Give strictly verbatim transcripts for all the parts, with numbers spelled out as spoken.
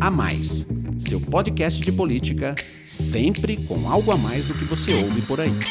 A Mais, seu podcast de política, sempre com algo a mais do que você ouve por aí.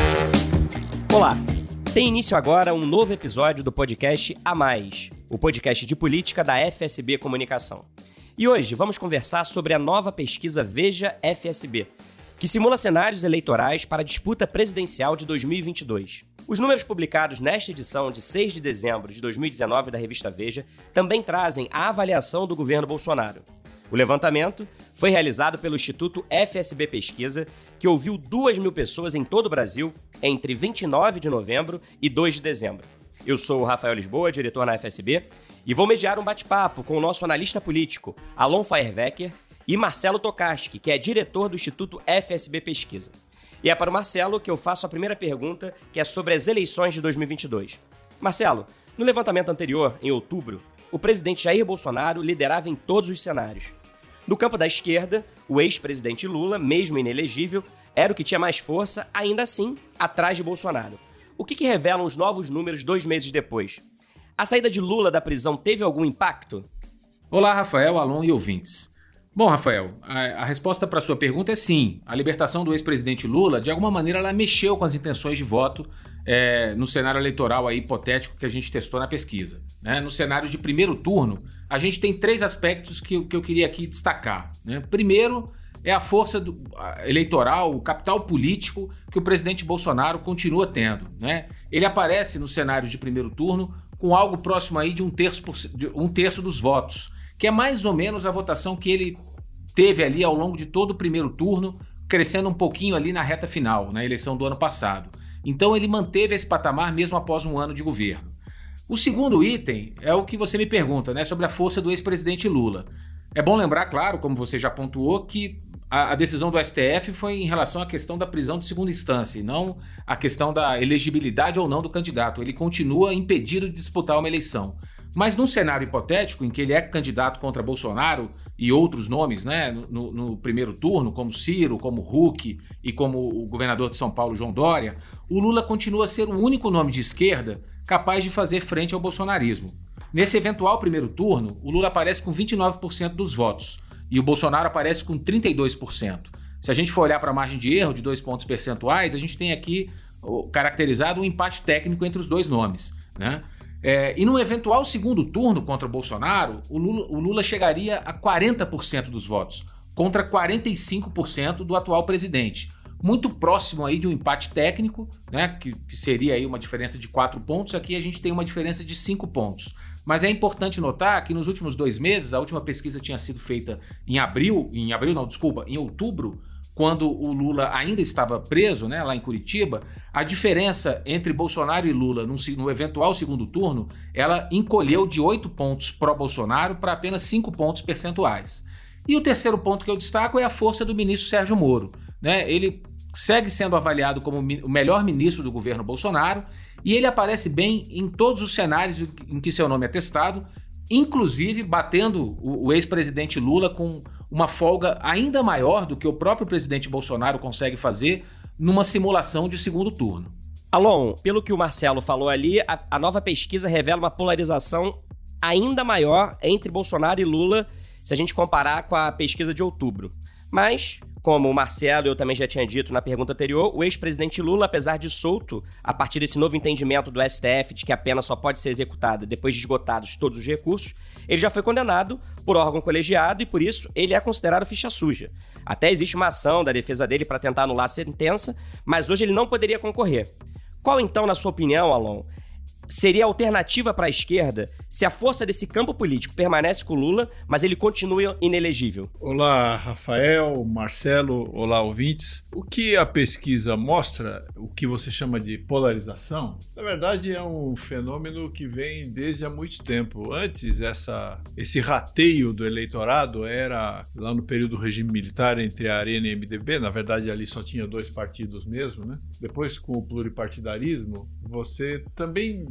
Olá, tem início agora um novo episódio do podcast A Mais, o podcast de política da F S B Comunicação. E hoje vamos conversar sobre a nova pesquisa Veja F S B, que simula cenários eleitorais para a disputa presidencial de dois mil e vinte e dois. Os números publicados nesta edição de seis de dezembro de dois mil e dezenove da revista Veja também trazem a avaliação do governo Bolsonaro. O levantamento foi realizado pelo Instituto F S B Pesquisa, que ouviu duas mil pessoas em todo o Brasil entre vinte e nove de novembro e dois de dezembro. Eu sou o Rafael Lisboa, diretor na F S B, e vou mediar um bate-papo com o nosso analista político, Alon Feierwecker, e Marcelo Tokarski, que é diretor do Instituto F S B Pesquisa. E é para o Marcelo que eu faço a primeira pergunta, que é sobre as eleições de dois mil e vinte e dois. Marcelo, no levantamento anterior, em outubro, o presidente Jair Bolsonaro liderava em todos os cenários. No campo da esquerda, o ex-presidente Lula, mesmo inelegível, era o que tinha mais força, ainda assim, atrás de Bolsonaro. O que, que revelam os novos números dois meses depois? A saída de Lula da prisão teve algum impacto? Olá, Rafael, Alon e ouvintes. Bom, Rafael, a, a resposta para a sua pergunta é sim. A libertação do ex-presidente Lula, de alguma maneira, ela mexeu com as intenções de voto é, no cenário eleitoral aí, hipotético que a gente testou na pesquisa. Né? No cenário de primeiro turno, a gente tem três aspectos que, que eu queria aqui destacar. Né? Primeiro, é a força do, a, eleitoral, o capital político que o presidente Bolsonaro continua tendo. Né? Ele aparece no cenário de primeiro turno com algo próximo aí de um terço, por, de um terço dos votos, que é mais ou menos a votação que ele teve ali ao longo de todo o primeiro turno, crescendo um pouquinho ali na reta final, na eleição do ano passado. Então ele manteve esse patamar mesmo após um ano de governo. O segundo item é o que você me pergunta, né, sobre a força do ex-presidente Lula. É bom lembrar, claro, como você já pontuou, que a, a decisão do S T F foi em relação à questão da prisão de segunda instância, e não a questão da elegibilidade ou não do candidato. Ele continua impedido de disputar uma eleição. Mas num cenário hipotético, em que ele é candidato contra Bolsonaro e outros nomes, né, no, no primeiro turno, como Ciro, como Huck e como o governador de São Paulo, João Dória, o Lula continua a ser o único nome de esquerda capaz de fazer frente ao bolsonarismo. Nesse eventual primeiro turno, o Lula aparece com vinte e nove por cento dos votos e o Bolsonaro aparece com trinta e dois por cento. Se a gente for olhar para a margem de erro de dois pontos percentuais, a gente tem aqui caracterizado um empate técnico entre os dois nomes, né? É, e no eventual segundo turno contra Bolsonaro, o Lula, o Lula chegaria a quarenta por cento dos votos, contra quarenta e cinco por cento do atual presidente. Muito próximo aí de um empate técnico, né, que, que seria aí uma diferença de quatro pontos, aqui a gente tem uma diferença de cinco pontos. Mas é importante notar que nos últimos dois meses, a última pesquisa tinha sido feita em abril, em abril não, desculpa, em outubro, quando o Lula ainda estava preso, né, lá em Curitiba, a diferença entre Bolsonaro e Lula no, no eventual segundo turno, ela encolheu de oito pontos pró-Bolsonaro para apenas cinco pontos percentuais. E o terceiro ponto que eu destaco é a força do ministro Sérgio Moro. Né? Ele segue sendo avaliado como o melhor ministro do governo Bolsonaro e ele aparece bem em todos os cenários em que seu nome é testado, inclusive batendo o, o ex-presidente Lula com uma folga ainda maior do que o próprio presidente Bolsonaro consegue fazer numa simulação de segundo turno. Alon, pelo que o Marcelo falou ali, a, a nova pesquisa revela uma polarização ainda maior entre Bolsonaro e Lula se a gente comparar com a pesquisa de outubro. Mas, como o Marcelo e eu também já tinha dito na pergunta anterior, o ex-presidente Lula, apesar de solto, a partir desse novo entendimento do S T F de que a pena só pode ser executada depois de esgotados todos os recursos, ele já foi condenado por órgão colegiado e, por isso, ele é considerado ficha suja. Até existe uma ação da defesa dele para tentar anular a sentença, mas hoje ele não poderia concorrer. Qual, então, na sua opinião, Alon, seria a alternativa para a esquerda se a força desse campo político permanece com o Lula, mas ele continua inelegível? Olá, Rafael, Marcelo, olá, ouvintes. O que a pesquisa mostra, o que você chama de polarização, na verdade é um fenômeno que vem desde há muito tempo. Antes, essa, esse rateio do eleitorado era lá no período do regime militar entre a Arena e a M D B, na verdade ali só tinha dois partidos mesmo, né? Depois, com o pluripartidarismo, você também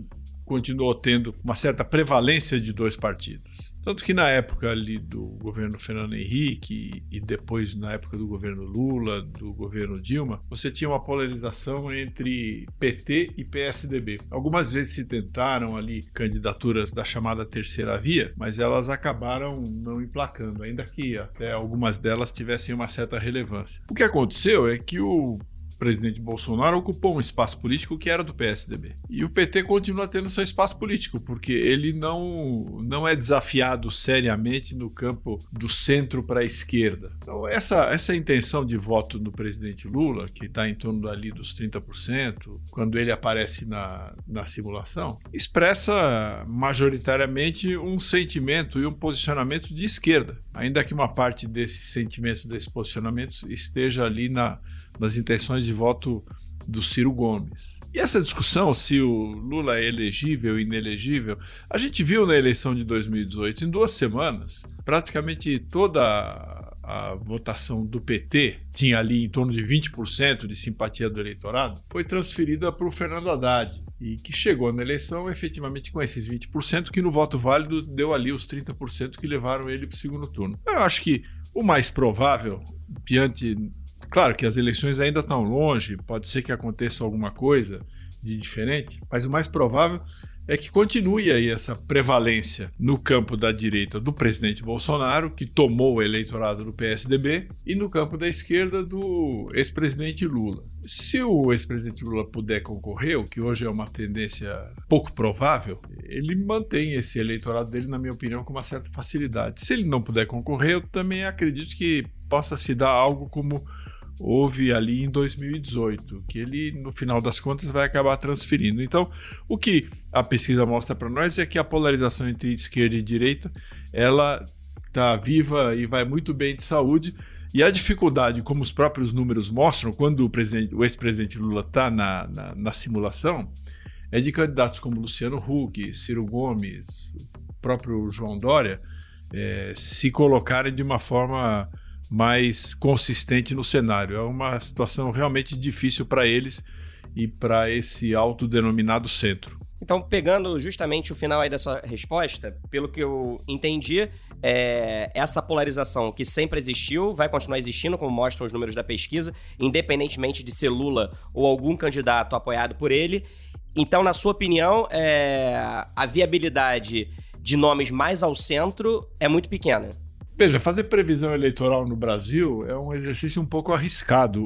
continuou tendo uma certa prevalência de dois partidos. Tanto que na época ali do governo Fernando Henrique e depois na época do governo Lula, do governo Dilma, você tinha uma polarização entre P T e P S D B. Algumas vezes se tentaram ali candidaturas da chamada terceira via, mas elas acabaram não emplacando, ainda que até algumas delas tivessem uma certa relevância. O que aconteceu é que o O presidente Bolsonaro ocupou um espaço político que era do P S D B. E o P T continua tendo seu espaço político, porque ele não, não é desafiado seriamente no campo do centro para a esquerda. Então, essa, essa intenção de voto do presidente Lula, que está em torno ali dos trinta por cento, quando ele aparece na, na simulação, expressa majoritariamente um sentimento e um posicionamento de esquerda, ainda que uma parte desses sentimentos, desses posicionamentos, esteja ali na nas intenções de voto do Ciro Gomes. E essa discussão, se o Lula é elegível ou inelegível, a gente viu na eleição de dois mil e dezoito, em duas semanas, praticamente toda a, a votação do P T, tinha ali em torno de vinte por cento de simpatia do eleitorado, foi transferida para o Fernando Haddad, e que chegou na eleição efetivamente com esses vinte por cento, que no voto válido deu ali os trinta por cento que levaram ele para o segundo turno. Eu acho que o mais provável, diante... Claro que as eleições ainda estão longe, pode ser que aconteça alguma coisa de diferente, mas o mais provável é que continue aí essa prevalência no campo da direita do presidente Bolsonaro, que tomou o eleitorado do P S D B, e no campo da esquerda do ex-presidente Lula. Se o ex-presidente Lula puder concorrer, o que hoje é uma tendência pouco provável, ele mantém esse eleitorado dele, na minha opinião, com uma certa facilidade. Se ele não puder concorrer, eu também acredito que possa se dar algo como houve ali em dois mil e dezoito, que ele, no final das contas, vai acabar transferindo. Então, o que a pesquisa mostra para nós é que a polarização entre esquerda e direita, ela está viva e vai muito bem de saúde, e a dificuldade, como os próprios números mostram, quando o, presidente, o ex-presidente Lula está na, na, na simulação, é de candidatos como Luciano Huck, Ciro Gomes, o próprio João Dória, é, se colocarem de uma forma mais consistente no cenário. É uma situação realmente difícil para eles e para esse autodenominado centro. Então, pegando justamente o final aí da sua resposta, pelo que eu entendi, é, essa polarização que sempre existiu, vai continuar existindo, como mostram os números da pesquisa, independentemente de ser Lula ou algum candidato apoiado por ele. Então, na sua opinião, é, a viabilidade de nomes mais ao centro é muito pequena. Veja, fazer previsão eleitoral no Brasil é um exercício um pouco arriscado,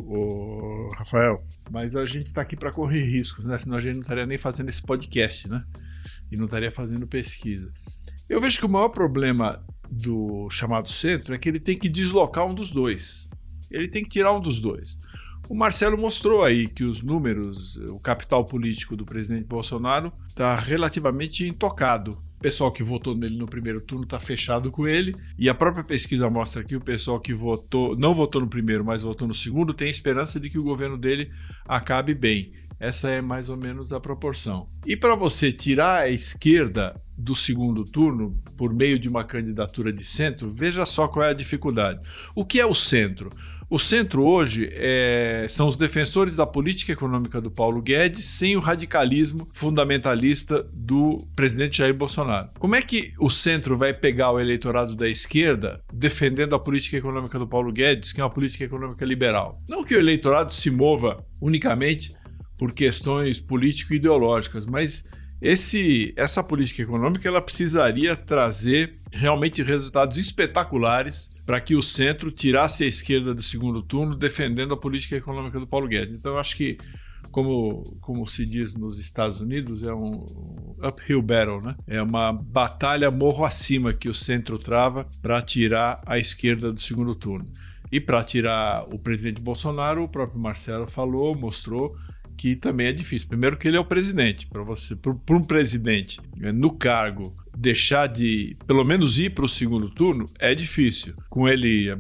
ô, Rafael, mas a gente está aqui para correr riscos, né? Senão a gente não estaria nem fazendo esse podcast, né? E não estaria fazendo pesquisa. Eu vejo que o maior problema do chamado centro é que ele tem que deslocar um dos dois. Ele tem que tirar um dos dois. O Marcelo mostrou aí que os números, o capital político do presidente Bolsonaro está relativamente intocado. O pessoal que votou nele no primeiro turno está fechado com ele, e a própria pesquisa mostra que o pessoal que votou, não votou no primeiro, mas votou no segundo, tem esperança de que o governo dele acabe bem. Essa é mais ou menos a proporção. E para você tirar a esquerda do segundo turno por meio de uma candidatura de centro, veja só qual é a dificuldade. O que é o centro? O centro hoje é, são os defensores da política econômica do Paulo Guedes sem o radicalismo fundamentalista do presidente Jair Bolsonaro. Como é que o centro vai pegar o eleitorado da esquerda defendendo a política econômica do Paulo Guedes, que é uma política econômica liberal? Não que o eleitorado se mova unicamente por questões político-ideológicas, mas esse, essa política econômica ela precisaria trazer realmente resultados espetaculares para que o centro tirasse a esquerda do segundo turno defendendo a política econômica do Paulo Guedes. Então eu acho que, como, como se diz nos Estados Unidos, é um uphill battle, né? É uma batalha morro acima que o centro trava para tirar a esquerda do segundo turno. E para tirar o presidente Bolsonaro, o próprio Marcelo falou, mostrou que também é difícil. Primeiro que ele é o presidente. Para você, para um presidente no cargo deixar de, pelo menos ir para o segundo turno, é difícil. Com ele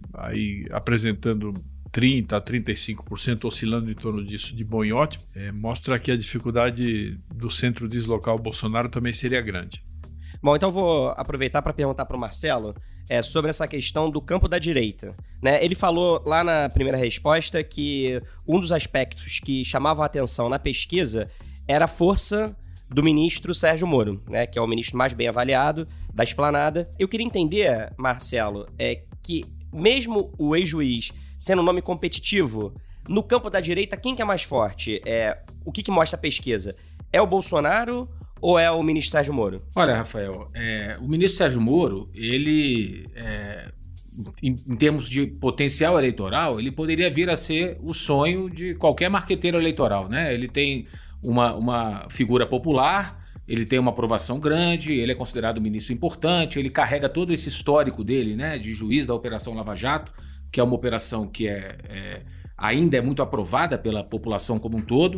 aí apresentando trinta por cento a trinta e cinco por cento, oscilando em torno disso, de bom e ótimo, é, mostra que a dificuldade do centro deslocar o Bolsonaro também seria grande. Bom, então vou aproveitar para perguntar para o Marcelo é, sobre essa questão do campo da direita. Né? Ele falou lá na primeira resposta que um dos aspectos que chamavam a atenção na pesquisa era a força do ministro Sérgio Moro, né, que é o ministro mais bem avaliado da Esplanada. Eu queria entender, Marcelo, é que mesmo o ex-juiz sendo um nome competitivo, no campo da direita, quem que é mais forte? É, o que, que mostra a pesquisa? É o Bolsonaro ou é o ministro Sérgio Moro? Olha, Rafael, é, o ministro Sérgio Moro, ele, é, em, em termos de potencial eleitoral, ele poderia vir a ser o sonho de qualquer marqueteiro eleitoral, né? Ele tem uma, uma figura popular, ele tem uma aprovação grande, ele é considerado um ministro importante, ele carrega todo esse histórico dele, né, de juiz da Operação Lava Jato, que é uma operação que é, é, ainda é muito aprovada pela população como um todo.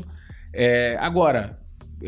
É, agora,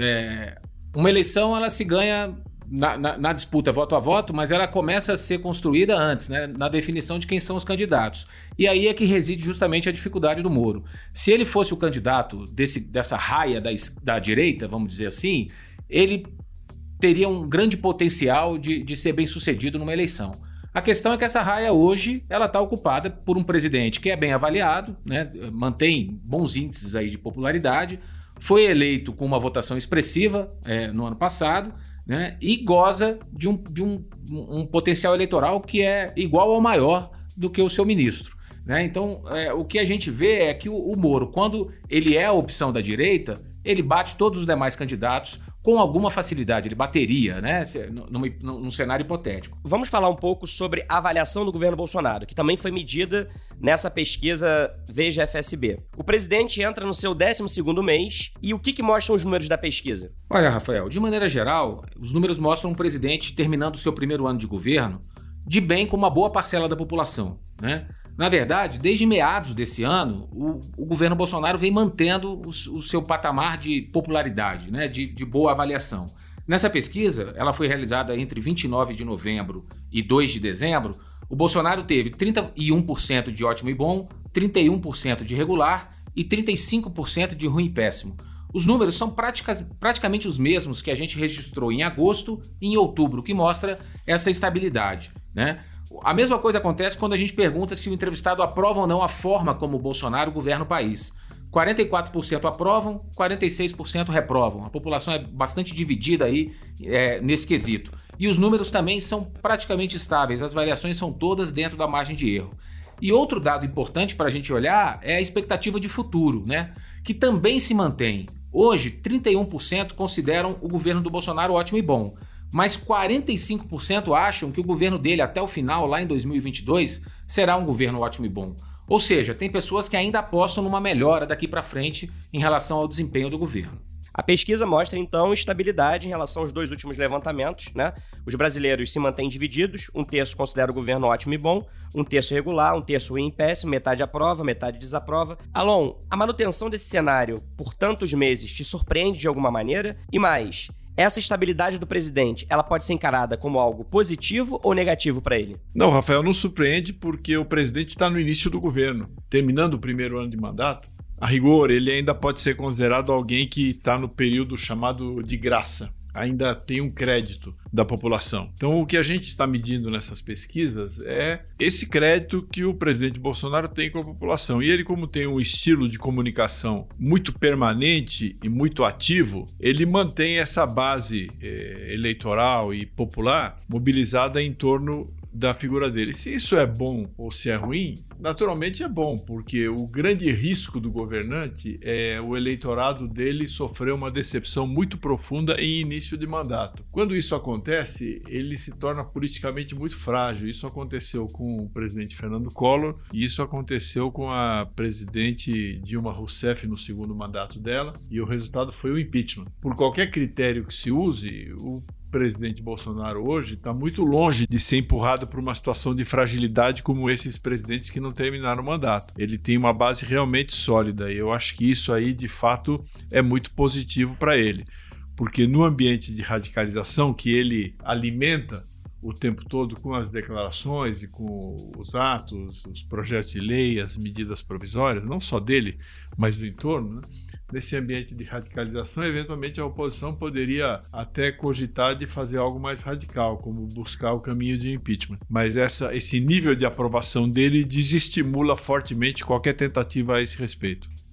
é, uma eleição ela se ganha na, na, na disputa voto a voto, mas ela começa a ser construída antes, né, na definição de quem são os candidatos. E aí é que reside justamente a dificuldade do Moro. Se ele fosse o candidato desse, dessa raia da, da direita, vamos dizer assim, ele teria um grande potencial de, de ser bem sucedido numa eleição. A questão é que essa raia hoje ela está ocupada por um presidente que é bem avaliado, né, mantém bons índices aí de popularidade, foi eleito com uma votação expressiva é, no ano passado, né, e goza de, um, de um, um potencial eleitoral que é igual ou maior do que o seu ministro. Né? Então, é, o que a gente vê é que o, o Moro, quando ele é a opção da direita, ele bate todos os demais candidatos com alguma facilidade, ele bateria, né, num, num cenário hipotético. Vamos falar um pouco sobre a avaliação do governo Bolsonaro, que também foi medida nessa pesquisa Veja F S B. O presidente entra no seu décimo segundo mês, e o que, que mostram os números da pesquisa? Olha, Rafael, de maneira geral, os números mostram um presidente terminando o seu primeiro ano de governo de bem com uma boa parcela da população, né? Na verdade, desde meados desse ano, o, o governo Bolsonaro vem mantendo o, o seu patamar de popularidade, né, de, de boa avaliação. Nessa pesquisa, ela foi realizada entre vinte e nove de novembro e dois de dezembro, o Bolsonaro teve trinta e um por cento de ótimo e bom, trinta e um por cento de regular e trinta e cinco por cento de ruim e péssimo. Os números são praticas, praticamente os mesmos que a gente registrou em agosto e em outubro, o que mostra essa estabilidade, né? A mesma coisa acontece quando a gente pergunta se o entrevistado aprova ou não a forma como o Bolsonaro governa o país. quarenta e quatro por cento aprovam, quarenta e seis por cento reprovam. A população é bastante dividida aí é, nesse quesito. E os números também são praticamente estáveis, as variações são todas dentro da margem de erro. E outro dado importante para a gente olhar é a expectativa de futuro, né, que também se mantém. Hoje, trinta e um por cento consideram o governo do Bolsonaro ótimo e bom, mas quarenta e cinco por cento acham que o governo dele até o final, lá em dois mil e vinte e dois, será um governo ótimo e bom. Ou seja, tem pessoas que ainda apostam numa melhora daqui para frente em relação ao desempenho do governo. A pesquisa mostra, então, estabilidade em relação aos dois últimos levantamentos, né? Os brasileiros se mantêm divididos, um terço considera o governo ótimo e bom, um terço regular, um terço ruim e péssimo, metade aprova, metade desaprova. Alon, a manutenção desse cenário por tantos meses te surpreende de alguma maneira? E mais, essa estabilidade do presidente, ela pode ser encarada como algo positivo ou negativo para ele? Não, Rafael, não surpreende porque o presidente está no início do governo, terminando o primeiro ano de mandato. A rigor, ele ainda pode ser considerado alguém que está no período chamado de graça. Ainda tem um crédito da população. Então, o que a gente está medindo nessas pesquisas é esse crédito que o presidente Bolsonaro tem com a população. E ele, como tem um estilo de comunicação muito permanente e muito ativo, ele mantém essa base eh, eleitoral e popular mobilizada em torno da figura dele. Se isso é bom ou se é ruim, naturalmente é bom, porque o grande risco do governante é o eleitorado dele sofrer uma decepção muito profunda em início de mandato. Quando isso acontece, ele se torna politicamente muito frágil. Isso aconteceu com o presidente Fernando Collor e isso aconteceu com a presidente Dilma Rousseff no segundo mandato dela, e o resultado foi o impeachment. Por qualquer critério que se use, o O presidente Bolsonaro hoje está muito longe de ser empurrado para uma situação de fragilidade como esses presidentes que não terminaram o mandato. Ele tem uma base realmente sólida e eu acho que isso aí, de fato, é muito positivo para ele. Porque no ambiente de radicalização que ele alimenta o tempo todo com as declarações e com os atos, os projetos de lei, as medidas provisórias, não só dele, mas do entorno, né? Nesse ambiente de radicalização, eventualmente a oposição poderia até cogitar de fazer algo mais radical, como buscar o caminho de impeachment. Mas essa, esse nível de aprovação dele desestimula fortemente qualquer tentativa a esse respeito.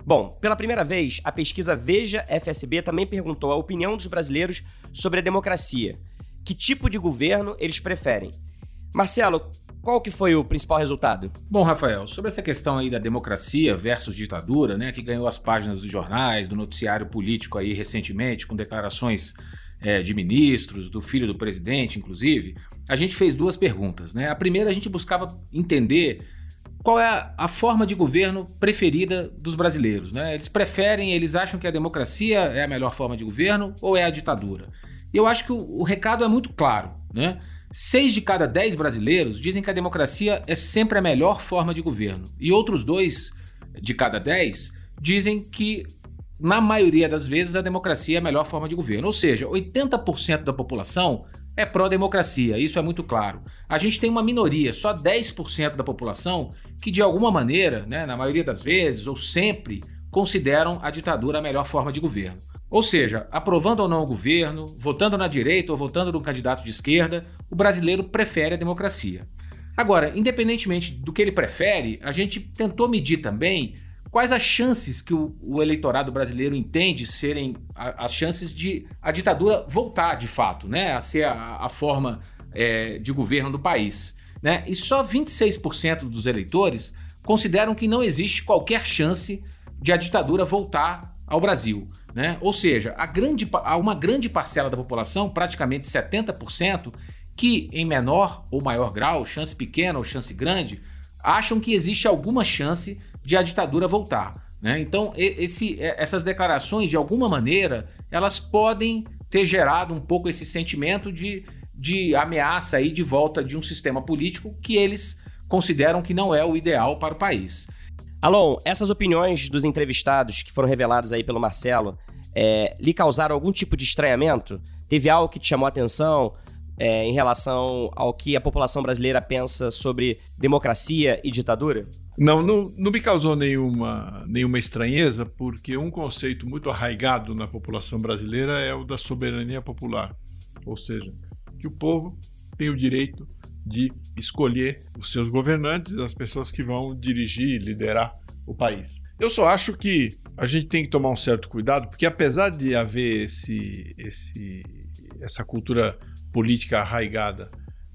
Bom, pela primeira vez, a pesquisa Veja F S B também perguntou a opinião dos brasileiros sobre a democracia. Que tipo de governo eles preferem? Marcelo, qual que foi o principal resultado? Bom, Rafael, sobre essa questão aí da democracia versus ditadura, né, que ganhou as páginas dos jornais, do noticiário político aí recentemente, com declarações é, de ministros, do filho do presidente, inclusive, a gente fez duas perguntas, né? A primeira, a gente buscava entender qual é a, a forma de governo preferida dos brasileiros, né? Eles preferem, eles acham que a democracia é a melhor forma de governo ou é a ditadura? E eu acho que o, o recado é muito claro, né? Seis de cada dez brasileiros dizem que a democracia é sempre a melhor forma de governo. E outros dois de cada dez dizem que, na maioria das vezes, a democracia é a melhor forma de governo. Ou seja, oitenta por cento da população é pró-democracia, isso é muito claro. A gente tem uma minoria, só dez por cento da população, que de alguma maneira, né, na maioria das vezes, ou sempre, consideram a ditadura a melhor forma de governo. Ou seja, aprovando ou não o governo, votando na direita ou votando num candidato de esquerda, o brasileiro prefere a democracia. Agora, independentemente do que ele prefere, a gente tentou medir também quais as chances que o, o eleitorado brasileiro entende serem a, as chances de a ditadura voltar de fato, né, a ser a, a forma é, de governo do país, né? E só vinte e seis por cento dos eleitores consideram que não existe qualquer chance de a ditadura voltar ao Brasil, né? Ou seja, a grande, há uma grande parcela da população, praticamente setenta por cento, que em menor ou maior grau, chance pequena ou chance grande, acham que existe alguma chance de a ditadura voltar, né? Então, esse, essas declarações, de alguma maneira, elas podem ter gerado um pouco esse sentimento de, de ameaça aí de volta de um sistema político que eles consideram que não é o ideal para o país. Alon, essas opiniões dos entrevistados que foram reveladas aí pelo Marcelo, é, lhe causaram algum tipo de estranhamento? Teve algo que te chamou a atenção é, em relação ao que a população brasileira pensa sobre democracia e ditadura? Não, não, não me causou nenhuma, nenhuma estranheza, porque um conceito muito arraigado na população brasileira é o da soberania popular. Ou seja, que o povo tem o direito de escolher os seus governantes, as pessoas que vão dirigir e liderar o país. Eu só acho que a gente tem que tomar um certo cuidado, porque apesar de haver esse, esse, essa cultura política arraigada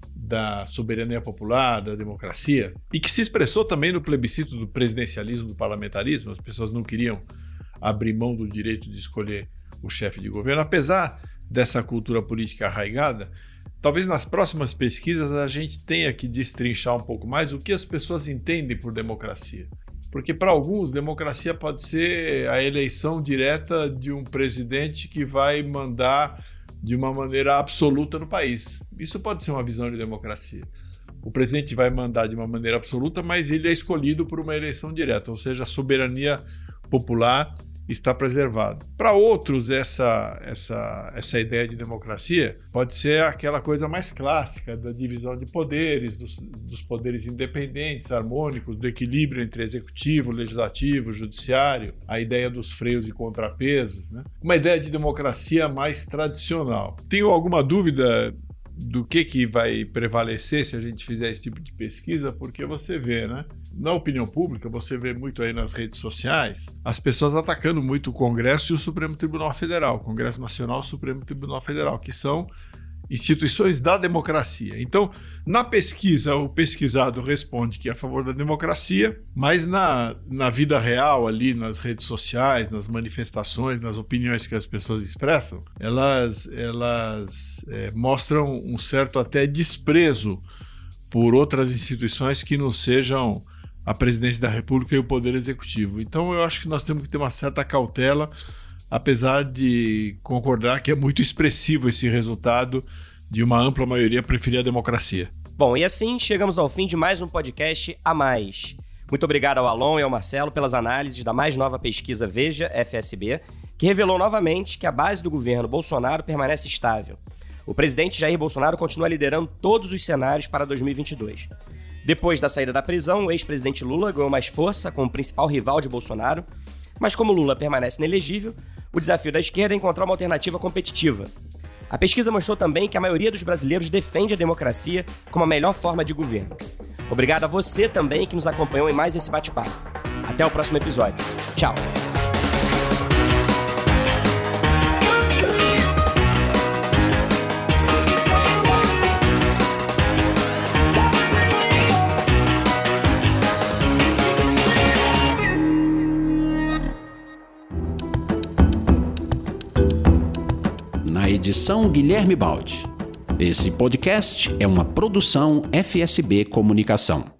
da soberania popular, da democracia, e que se expressou também no plebiscito do presidencialismo, do parlamentarismo, as pessoas não queriam abrir mão do direito de escolher o chefe de governo, apesar dessa cultura política arraigada, talvez nas próximas pesquisas a gente tenha que destrinchar um pouco mais o que as pessoas entendem por democracia. Porque para alguns, democracia pode ser a eleição direta de um presidente que vai mandar de uma maneira absoluta no país. Isso pode ser uma visão de democracia. O presidente vai mandar de uma maneira absoluta, mas ele é escolhido por uma eleição direta, ou seja, a soberania popular está preservado. Para outros, essa, essa, essa ideia de democracia pode ser aquela coisa mais clássica da divisão de poderes, dos, dos poderes independentes, harmônicos, do equilíbrio entre executivo, legislativo, judiciário, a ideia dos freios e contrapesos, né? Uma ideia de democracia mais tradicional. Tenho alguma dúvida do que, que vai prevalecer se a gente fizer esse tipo de pesquisa, porque você vê, né? Na opinião pública, você vê muito aí nas redes sociais, as pessoas atacando muito o Congresso e o Supremo Tribunal Federal, o Congresso Nacional e o Supremo Tribunal Federal, que são instituições da democracia. Então, na pesquisa, o pesquisado responde que é a favor da democracia, mas na, na vida real, ali nas redes sociais, nas manifestações, nas opiniões que as pessoas expressam, elas, elas é, mostram um certo até desprezo por outras instituições que não sejam a presidência da República e o Poder Executivo. Então, eu acho que nós temos que ter uma certa cautela, apesar de concordar que é muito expressivo esse resultado de uma ampla maioria preferir a democracia. Bom, e assim chegamos ao fim de mais um podcast A Mais. Muito obrigado ao Alon e ao Marcelo pelas análises da mais nova pesquisa Veja F S B, que revelou novamente que a base do governo Bolsonaro permanece estável. O presidente Jair Bolsonaro continua liderando todos os cenários para dois mil e vinte e dois. Depois da saída da prisão, o ex-presidente Lula ganhou mais força como principal rival de Bolsonaro, mas como Lula permanece inelegível, o desafio da esquerda é encontrar uma alternativa competitiva. A pesquisa mostrou também que a maioria dos brasileiros defende a democracia como a melhor forma de governo. Obrigado a você também que nos acompanhou em mais esse bate-papo. Até o próximo episódio. Tchau! Direção Guilherme Baldi. Esse podcast é uma produção F S B Comunicação.